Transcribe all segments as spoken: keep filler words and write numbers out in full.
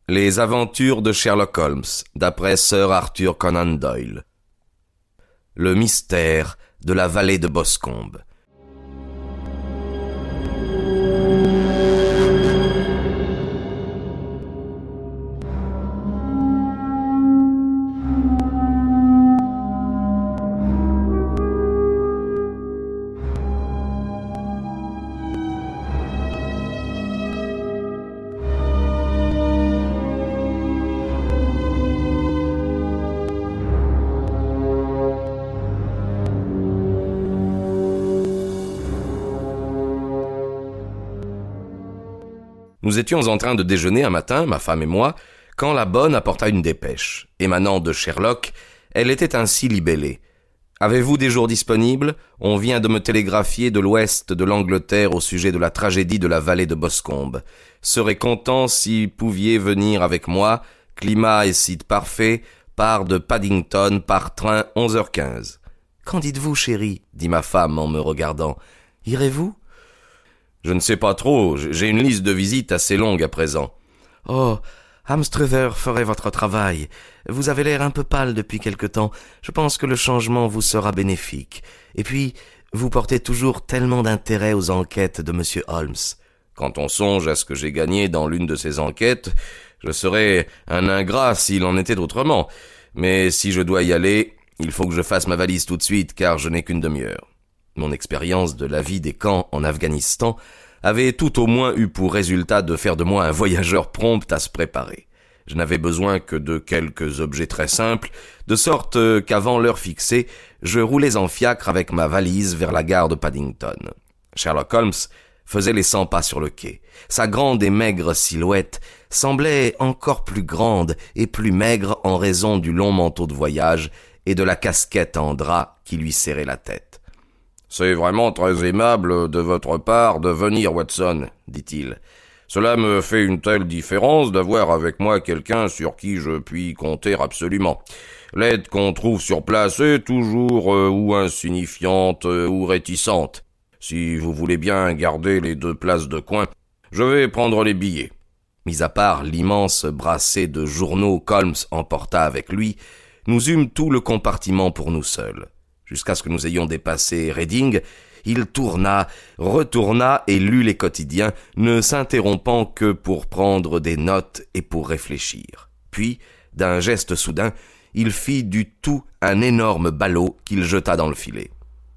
Les aventures de Sherlock Holmes, d'après Sir Arthur Conan Doyle. Le mystère de la vallée de Boscombe. Nous étions en train de déjeuner un matin, ma femme et moi, quand la bonne apporta une dépêche. Émanant de Sherlock, elle était ainsi libellée. « Avez-vous des jours disponibles ? On vient de me télégraphier de l'ouest de l'Angleterre au sujet de la tragédie de la vallée de Boscombe. Serais content si pouviez venir avec moi. Climat et site parfait. Part de Paddington par train onze heures quinze. »« Qu'en dites-vous, chérie ?» dit ma femme en me regardant. « Irez-vous » ? Je ne sais pas trop, j'ai une liste de visites assez longue à présent. Oh, Anstruther ferait votre travail. Vous avez l'air un peu pâle depuis quelque temps. Je pense que le changement vous sera bénéfique. Et puis, vous portez toujours tellement d'intérêt aux enquêtes de Monsieur Holmes. Quand on songe à ce que j'ai gagné dans l'une de ces enquêtes, je serais un ingrat s'il en était autrement. Mais si je dois y aller, il faut que je fasse ma valise tout de suite, car je n'ai qu'une demi-heure. Mon expérience de la vie des camps en Afghanistan avait tout au moins eu pour résultat de faire de moi un voyageur prompt à se préparer. Je n'avais besoin que de quelques objets très simples, de sorte qu'avant l'heure fixée, je roulais en fiacre avec ma valise vers la gare de Paddington. Sherlock Holmes faisait les cent pas sur le quai. Sa grande et maigre silhouette semblait encore plus grande et plus maigre en raison du long manteau de voyage et de la casquette en drap qui lui serrait la tête. « C'est vraiment très aimable de votre part de venir, Watson, » dit-il. « Cela me fait une telle différence d'avoir avec moi quelqu'un sur qui je puis compter absolument. L'aide qu'on trouve sur place est toujours euh, ou insignifiante euh, ou réticente. Si vous voulez bien garder les deux places de coin, je vais prendre les billets. » Mis à part l'immense brassée de journaux qu'Holmes emporta avec lui, nous eûmes tout le compartiment pour nous seuls. Jusqu'à ce que nous ayons dépassé Reading, il tourna, retourna et lut les quotidiens, ne s'interrompant que pour prendre des notes et pour réfléchir. Puis, d'un geste soudain, il fit du tout un énorme ballot qu'il jeta dans le filet.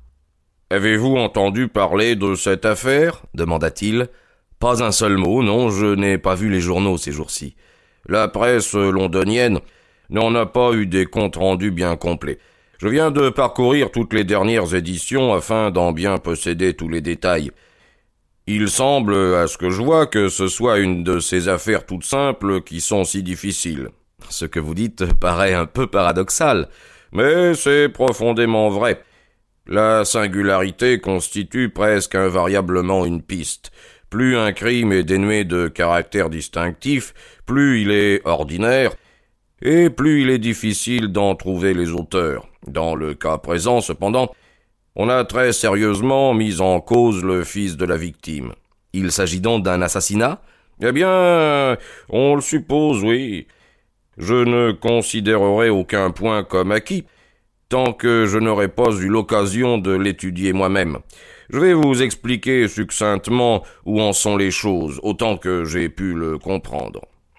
« Avez-vous entendu parler de cette affaire ?» demanda-t-il. « Pas un seul mot, non, je n'ai pas vu les journaux ces jours-ci. La presse londonienne n'en a pas eu des comptes rendus bien complets. Je viens de parcourir toutes les dernières éditions afin d'en bien posséder tous les détails. Il semble, à ce que je vois, que ce soit une de ces affaires toutes simples qui sont si difficiles. Ce que vous dites paraît un peu paradoxal, mais c'est profondément vrai. La singularité constitue presque invariablement une piste. Plus un crime est dénué de caractère distinctif, plus il est ordinaire, et plus il est difficile d'en trouver les auteurs. Dans le cas présent, cependant, on a très sérieusement mis en cause le fils de la victime. Il s'agit donc d'un assassinat ? Eh bien, on le suppose, oui. Je ne considérerai aucun point comme acquis, tant que je n'aurai pas eu l'occasion de l'étudier moi-même. Je vais vous expliquer succinctement où en sont les choses, autant que j'ai pu le comprendre.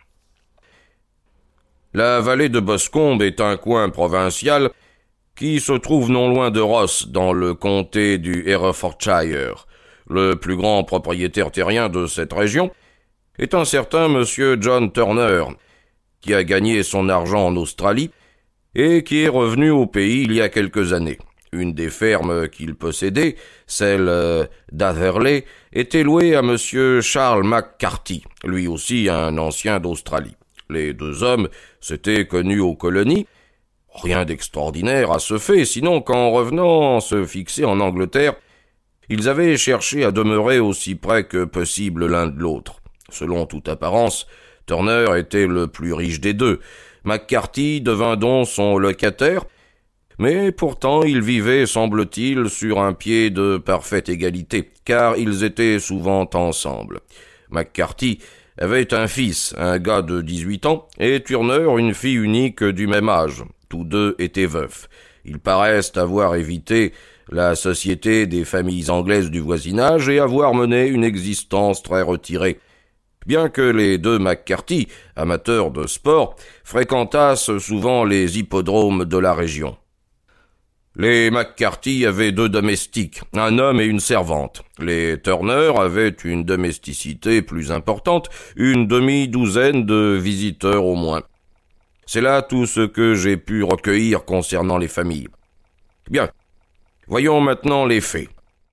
La vallée de Boscombe est un coin provincial qui se trouve non loin de Ross, dans le comté du Herefordshire. Le plus grand propriétaire terrien de cette région est un certain monsieur John Turner, qui a gagné son argent en Australie et qui est revenu au pays il y a quelques années. Une des fermes qu'il possédait, celle d'Atherley, était louée à monsieur Charles McCarthy, lui aussi un ancien d'Australie. Les deux hommes s'étaient connus aux colonies. Rien d'extraordinaire à ce fait, sinon qu'en revenant se fixer en Angleterre, ils avaient cherché à demeurer aussi près que possible l'un de l'autre. Selon toute apparence, Turner était le plus riche des deux. McCarthy devint donc son locataire, mais pourtant ils vivaient, semble-t-il, sur un pied de parfaite égalité, car ils étaient souvent ensemble. McCarthy avait un fils, un gars de dix-huit ans, et Turner, une fille unique du même âge. Tous deux étaient veufs. Ils paraissent avoir évité la société des familles anglaises du voisinage et avoir mené une existence très retirée. Bien que les deux McCarthy, amateurs de sport, fréquentassent souvent les hippodromes de la région. Les McCarthy avaient deux domestiques, un homme et une servante. Les Turner avaient une domesticité plus importante, une demi-douzaine de visiteurs au moins. C'est là tout ce que j'ai pu recueillir concernant les familles. Bien, voyons maintenant les faits.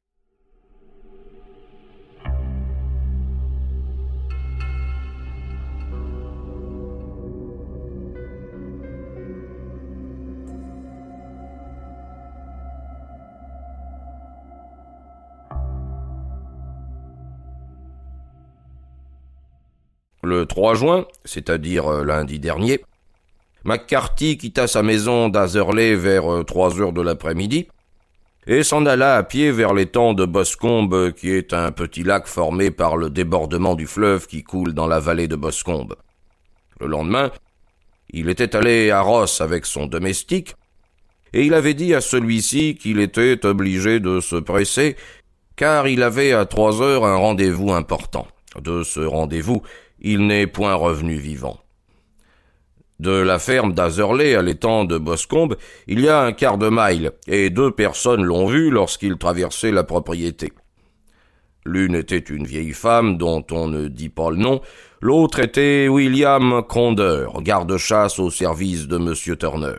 Le trois juin, c'est-à-dire lundi dernier, McCarthy quitta sa maison d'Atherley vers trois heures de l'après-midi et s'en alla à pied vers l'étang de Boscombe, qui est un petit lac formé par le débordement du fleuve qui coule dans la vallée de Boscombe. Le lendemain, il était allé à Ross avec son domestique et il avait dit à celui-ci qu'il était obligé de se presser car il avait à trois heures un rendez-vous important. De ce rendez-vous, il n'est point revenu vivant. De la ferme d'Atherley à l'étang de Boscombe, il y a un quart de mille, et deux personnes l'ont vu lorsqu'il traversait la propriété. L'une était une vieille femme dont on ne dit pas le nom, l'autre était William Cronder, garde-chasse au service de M. Turner.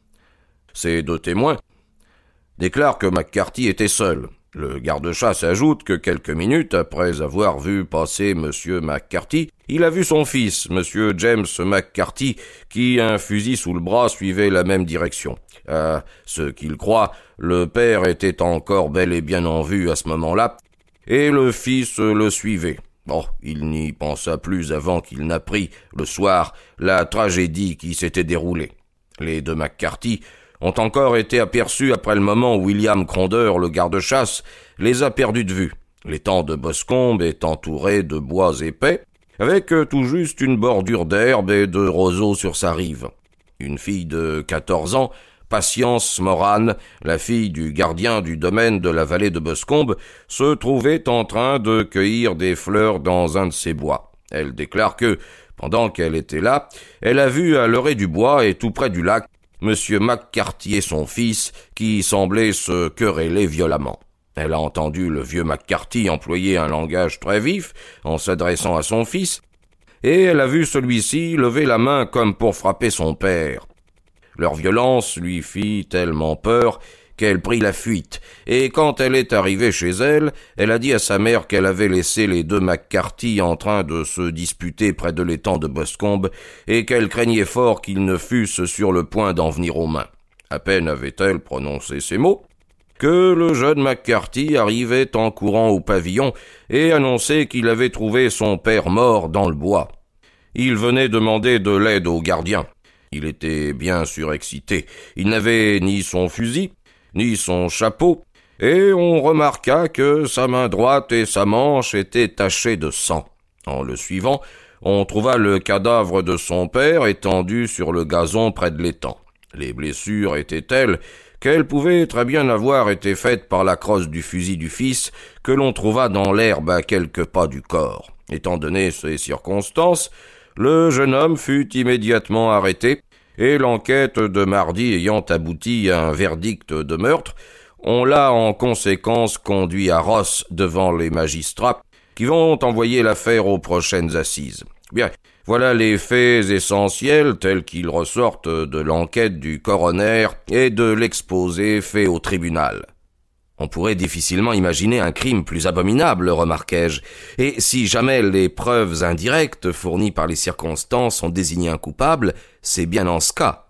Ces deux témoins déclarent que McCarthy était seul. Le garde-chasse ajoute que quelques minutes après avoir vu passer M. McCarthy, il a vu son fils, M. James McCarthy, qui, un fusil sous le bras, suivait la même direction. À ce qu'il croit, le père était encore bel et bien en vue à ce moment-là, et le fils le suivait. Bon, il n'y pensa plus avant qu'il n'apprit, le soir, la tragédie qui s'était déroulée. Les deux McCarthy ont encore été aperçus après le moment où William Cronder, le garde-chasse, les a perdus de vue. L'étang de Boscombe est entouré de bois épais, avec tout juste une bordure d'herbe et de roseaux sur sa rive. Une fille de quatorze ans, Patience Moran, la fille du gardien du domaine de la vallée de Boscombe, se trouvait en train de cueillir des fleurs dans un de ces bois. Elle déclare que, pendant qu'elle était là, elle a vu à l'orée du bois et tout près du lac Monsieur McCarthy et son fils, qui semblaient se quereller violemment. Elle a entendu le vieux McCarthy employer un langage très vif en s'adressant à son fils, et elle a vu celui-ci lever la main comme pour frapper son père. Leur violence lui fit tellement peur qu'elle prit la fuite, et quand elle est arrivée chez elle, elle a dit à sa mère qu'elle avait laissé les deux McCarthy en train de se disputer près de l'étang de Boscombe, et qu'elle craignait fort qu'ils ne fussent sur le point d'en venir aux mains. À peine avait-elle prononcé ces mots que le jeune McCarthy arrivait en courant au pavillon et annonçait qu'il avait trouvé son père mort dans le bois. Il venait demander de l'aide au gardien. Il était bien surexcité. Il n'avait ni son fusil, ni son chapeau, et on remarqua que sa main droite et sa manche étaient tachées de sang. En le suivant, on trouva le cadavre de son père étendu sur le gazon près de l'étang. Les blessures étaient telles qu'elles pouvaient très bien avoir été faites par la crosse du fusil du fils que l'on trouva dans l'herbe à quelques pas du corps. Étant donné ces circonstances, le jeune homme fut immédiatement arrêté, et l'enquête de mardi ayant abouti à un verdict de meurtre, on l'a en conséquence conduit à Ross devant les magistrats qui vont envoyer l'affaire aux prochaines assises. Bien, voilà les faits essentiels tels qu'ils ressortent de l'enquête du coroner et de l'exposé fait au tribunal. On pourrait difficilement imaginer un crime plus abominable, remarquai-je, et si jamais les preuves indirectes fournies par les circonstances ont désigné un coupable, c'est bien en ce cas.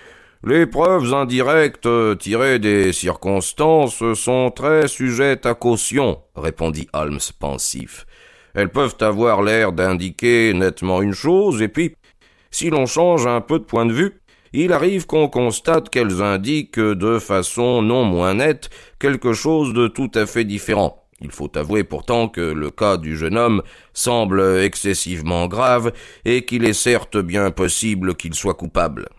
Les preuves indirectes tirées des circonstances sont très sujettes à caution, répondit Holmes pensif. Elles peuvent avoir l'air d'indiquer nettement une chose, et puis, si l'on change un peu de point de vue, il arrive qu'on constate qu'elles indiquent de façon non moins nette quelque chose de tout à fait différent. Il faut avouer pourtant que le cas du jeune homme semble excessivement grave et qu'il est certes bien possible qu'il soit coupable.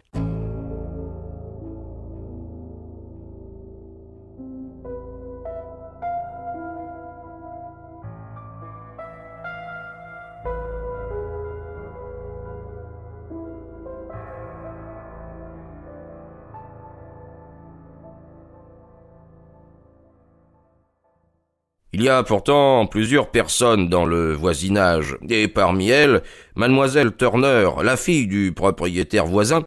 Il y a pourtant plusieurs personnes dans le voisinage, et parmi elles, mademoiselle Turner, la fille du propriétaire voisin,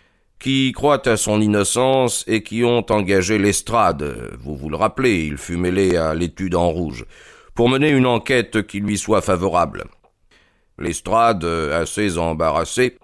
qui croient à son innocence et qui ont engagé Lestrade, vous vous le rappelez, il fut mêlé à l'étude en rouge, pour mener une enquête qui lui soit favorable. Lestrade, assez embarrassé,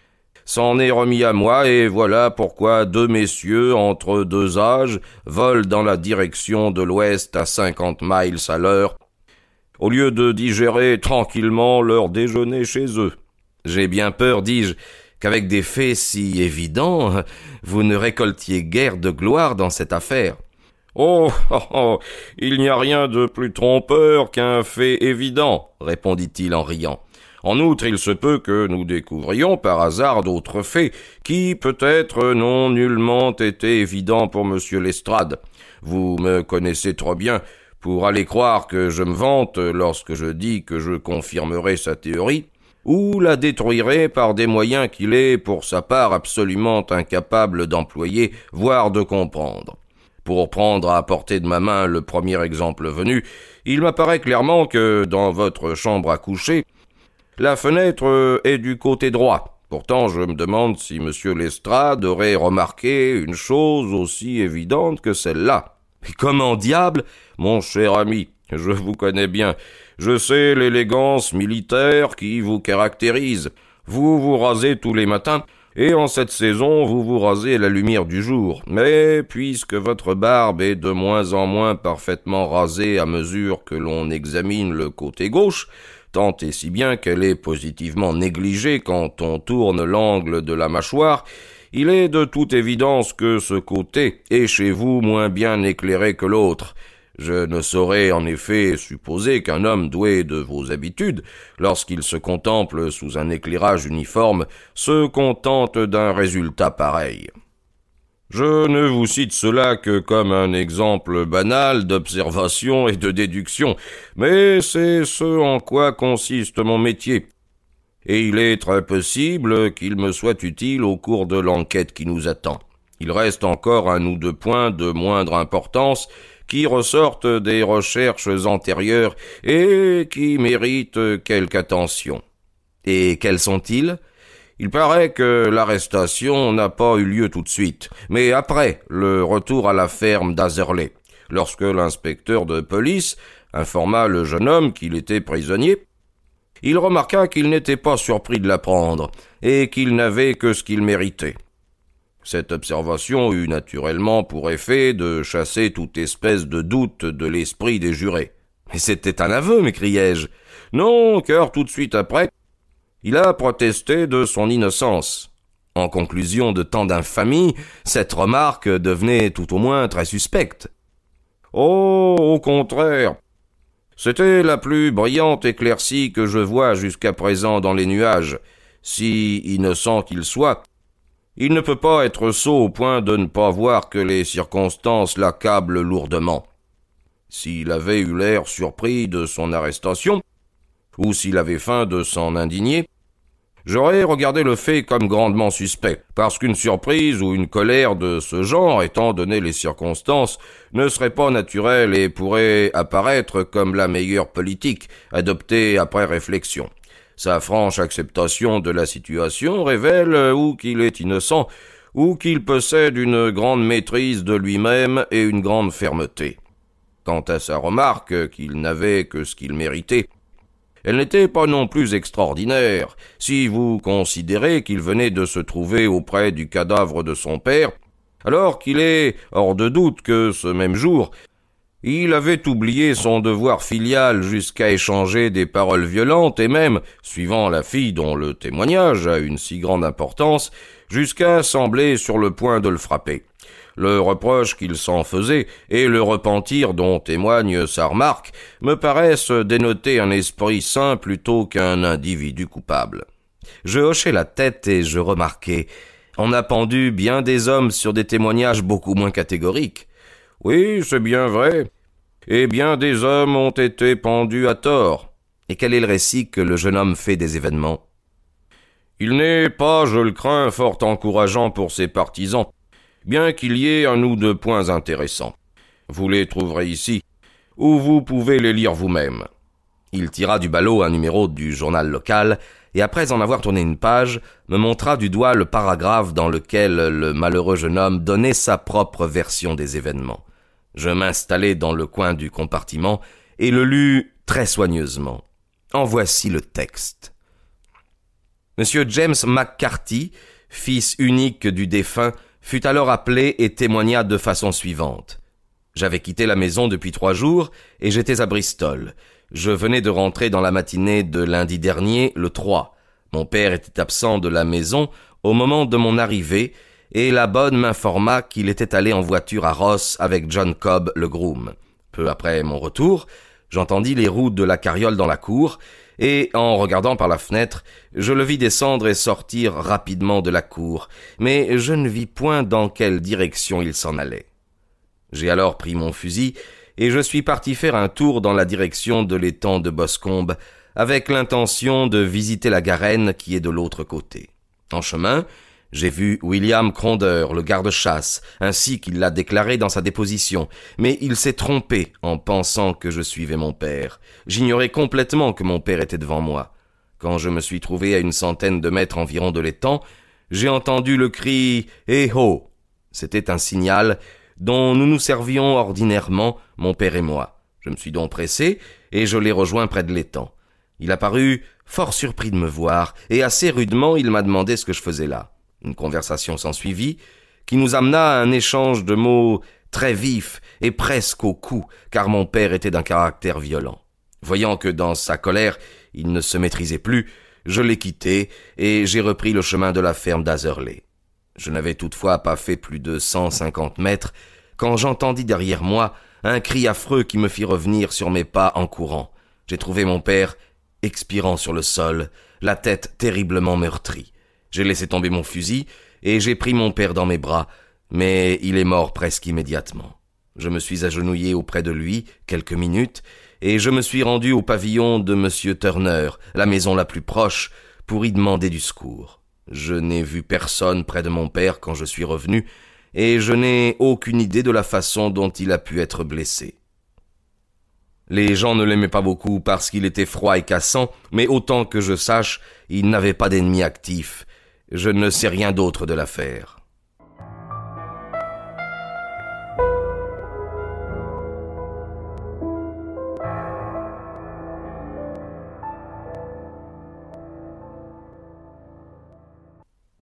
s'en est remis à moi, et voilà pourquoi deux messieurs, entre deux âges, volent dans la direction de l'ouest à cinquante miles à l'heure, au lieu de digérer tranquillement leur déjeuner chez eux. J'ai bien peur, dis-je, qu'avec des faits si évidents, vous ne récoltiez guère de gloire dans cette affaire. Oh, oh, oh, il n'y a rien de plus trompeur qu'un fait évident, répondit-il en riant. En outre, il se peut que nous découvrions par hasard d'autres faits qui, peut-être, n'ont nullement été évidents pour monsieur Lestrade. Vous me connaissez trop bien pour aller croire que je me vante lorsque je dis que je confirmerai sa théorie, ou la détruirai par des moyens qu'il est, pour sa part, absolument incapable d'employer, voire de comprendre. Pour prendre à portée de ma main le premier exemple venu, il m'apparaît clairement que, dans votre chambre à coucher, la fenêtre est du côté droit. Pourtant, je me demande si monsieur Lestrade aurait remarqué une chose aussi évidente que celle-là. Mais comment diable, mon cher ami, je vous connais bien, je sais l'élégance militaire qui vous caractérise. Vous vous rasez tous les matins, et en cette saison, vous vous rasez à la lumière du jour. Mais puisque votre barbe est de moins en moins parfaitement rasée à mesure que l'on examine le côté gauche, tant et si bien qu'elle est positivement négligée quand on tourne l'angle de la mâchoire, il est de toute évidence que ce côté est chez vous moins bien éclairé que l'autre. Je ne saurais en effet supposer qu'un homme doué de vos habitudes, lorsqu'il se contemple sous un éclairage uniforme, se contente d'un résultat pareil. Je ne vous cite cela que comme un exemple banal d'observation et de déduction, mais c'est ce en quoi consiste mon métier. Et il est très possible qu'il me soit utile au cours de l'enquête qui nous attend. Il reste encore un ou deux points de moindre importance qui ressortent des recherches antérieures et qui méritent quelque attention. Et quels sont-ils ? Il paraît que l'arrestation n'a pas eu lieu tout de suite, mais après le retour à la ferme d'Azerley, lorsque l'inspecteur de police informa le jeune homme qu'il était prisonnier, il remarqua qu'il n'était pas surpris de l'apprendre, et qu'il n'avait que ce qu'il méritait. Cette observation eut naturellement pour effet de chasser toute espèce de doute de l'esprit des jurés. « Mais c'était un aveu, m'écriai-je. »« Non, car tout de suite après, il a protesté de son innocence. » En conclusion de tant d'infamie, cette remarque devenait tout au moins très suspecte. « Oh, au contraire. C'était la plus brillante éclaircie que je vois jusqu'à présent dans les nuages. Si innocent qu'il soit, il ne peut pas être sot au point de ne pas voir que les circonstances l'accablent lourdement. S'il avait eu l'air surpris de son arrestation, ou s'il avait faim de s'en indigner, j'aurais regardé le fait comme grandement suspect, parce qu'une surprise ou une colère de ce genre, étant donné les circonstances, ne serait pas naturelle et pourrait apparaître comme la meilleure politique, adoptée après réflexion. Sa franche acceptation de la situation révèle ou qu'il est innocent, ou qu'il possède une grande maîtrise de lui-même et une grande fermeté. Quant à sa remarque qu'il n'avait que ce qu'il méritait, elle n'était pas non plus extraordinaire, si vous considérez qu'il venait de se trouver auprès du cadavre de son père, alors qu'il est hors de doute que, ce même jour, il avait oublié son devoir filial jusqu'à échanger des paroles violentes et même, suivant la fille dont le témoignage a une si grande importance, jusqu'à sembler sur le point de le frapper. Le reproche qu'il s'en faisait et le repentir dont témoigne sa remarque me paraissent dénoter un esprit sain plutôt qu'un individu coupable. Je hochai la tête et je remarquai: on a pendu bien des hommes sur des témoignages beaucoup moins catégoriques. Oui, c'est bien vrai. Et bien des hommes ont été pendus à tort. Et quel est le récit que le jeune homme fait des événements? Il n'est pas, je le crains, fort encourageant pour ses partisans, bien qu'il y ait un ou deux points intéressants. Vous les trouverez ici, ou vous pouvez les lire vous-même. Il tira du ballot un numéro du journal local, et après en avoir tourné une page, me montra du doigt le paragraphe dans lequel le malheureux jeune homme donnait sa propre version des événements. Je m'installai dans le coin du compartiment et le lus très soigneusement. En voici le texte. Monsieur James McCarthy, fils unique du défunt, fut alors appelé et témoigna de façon suivante. J'avais quitté la maison depuis trois jours et j'étais à Bristol. Je venais de rentrer dans la matinée de lundi dernier, le trois. Mon père était absent de la maison au moment de mon arrivée et la bonne m'informa qu'il était allé en voiture à Ross avec John Cobb, le groom. Peu après mon retour, j'entendis les roues de la carriole dans la cour et, en regardant par la fenêtre, je le vis descendre et sortir rapidement de la cour, mais je ne vis point dans quelle direction il s'en allait. J'ai alors pris mon fusil et je suis parti faire un tour dans la direction de l'étang de Boscombe, avec l'intention de visiter la Garenne qui est de l'autre côté. En chemin, j'ai vu William Cronder, le garde-chasse, ainsi qu'il l'a déclaré dans sa déposition, mais il s'est trompé en pensant que je suivais mon père. J'ignorais complètement que mon père était devant moi. Quand je me suis trouvé à une centaine de mètres environ de l'étang, j'ai entendu le cri « Eh ho !» C'était un signal dont nous nous servions ordinairement, mon père et moi. Je me suis donc pressé, et je l'ai rejoint près de l'étang. Il apparut fort surpris de me voir, et assez rudement il m'a demandé ce que je faisais là. Une conversation s'ensuivit, qui nous amena à un échange de mots très vifs et presque au cou, car mon père était d'un caractère violent. Voyant que dans sa colère, il ne se maîtrisait plus, je l'ai quitté, et j'ai repris le chemin de la ferme d'Azerley. Je n'avais toutefois pas fait plus de cent cinquante mètres, quand j'entendis derrière moi un cri affreux qui me fit revenir sur mes pas en courant. J'ai trouvé mon père expirant sur le sol, la tête terriblement meurtrie. J'ai laissé tomber mon fusil et j'ai pris mon père dans mes bras, mais il est mort presque immédiatement. Je me suis agenouillé auprès de lui quelques minutes et je me suis rendu au pavillon de Monsieur Turner, la maison la plus proche, pour y demander du secours. Je n'ai vu personne près de mon père quand je suis revenu et je n'ai aucune idée de la façon dont il a pu être blessé. Les gens ne l'aimaient pas beaucoup parce qu'il était froid et cassant, mais autant que je sache, il n'avait pas d'ennemis actifs. Je ne sais rien d'autre de l'affaire.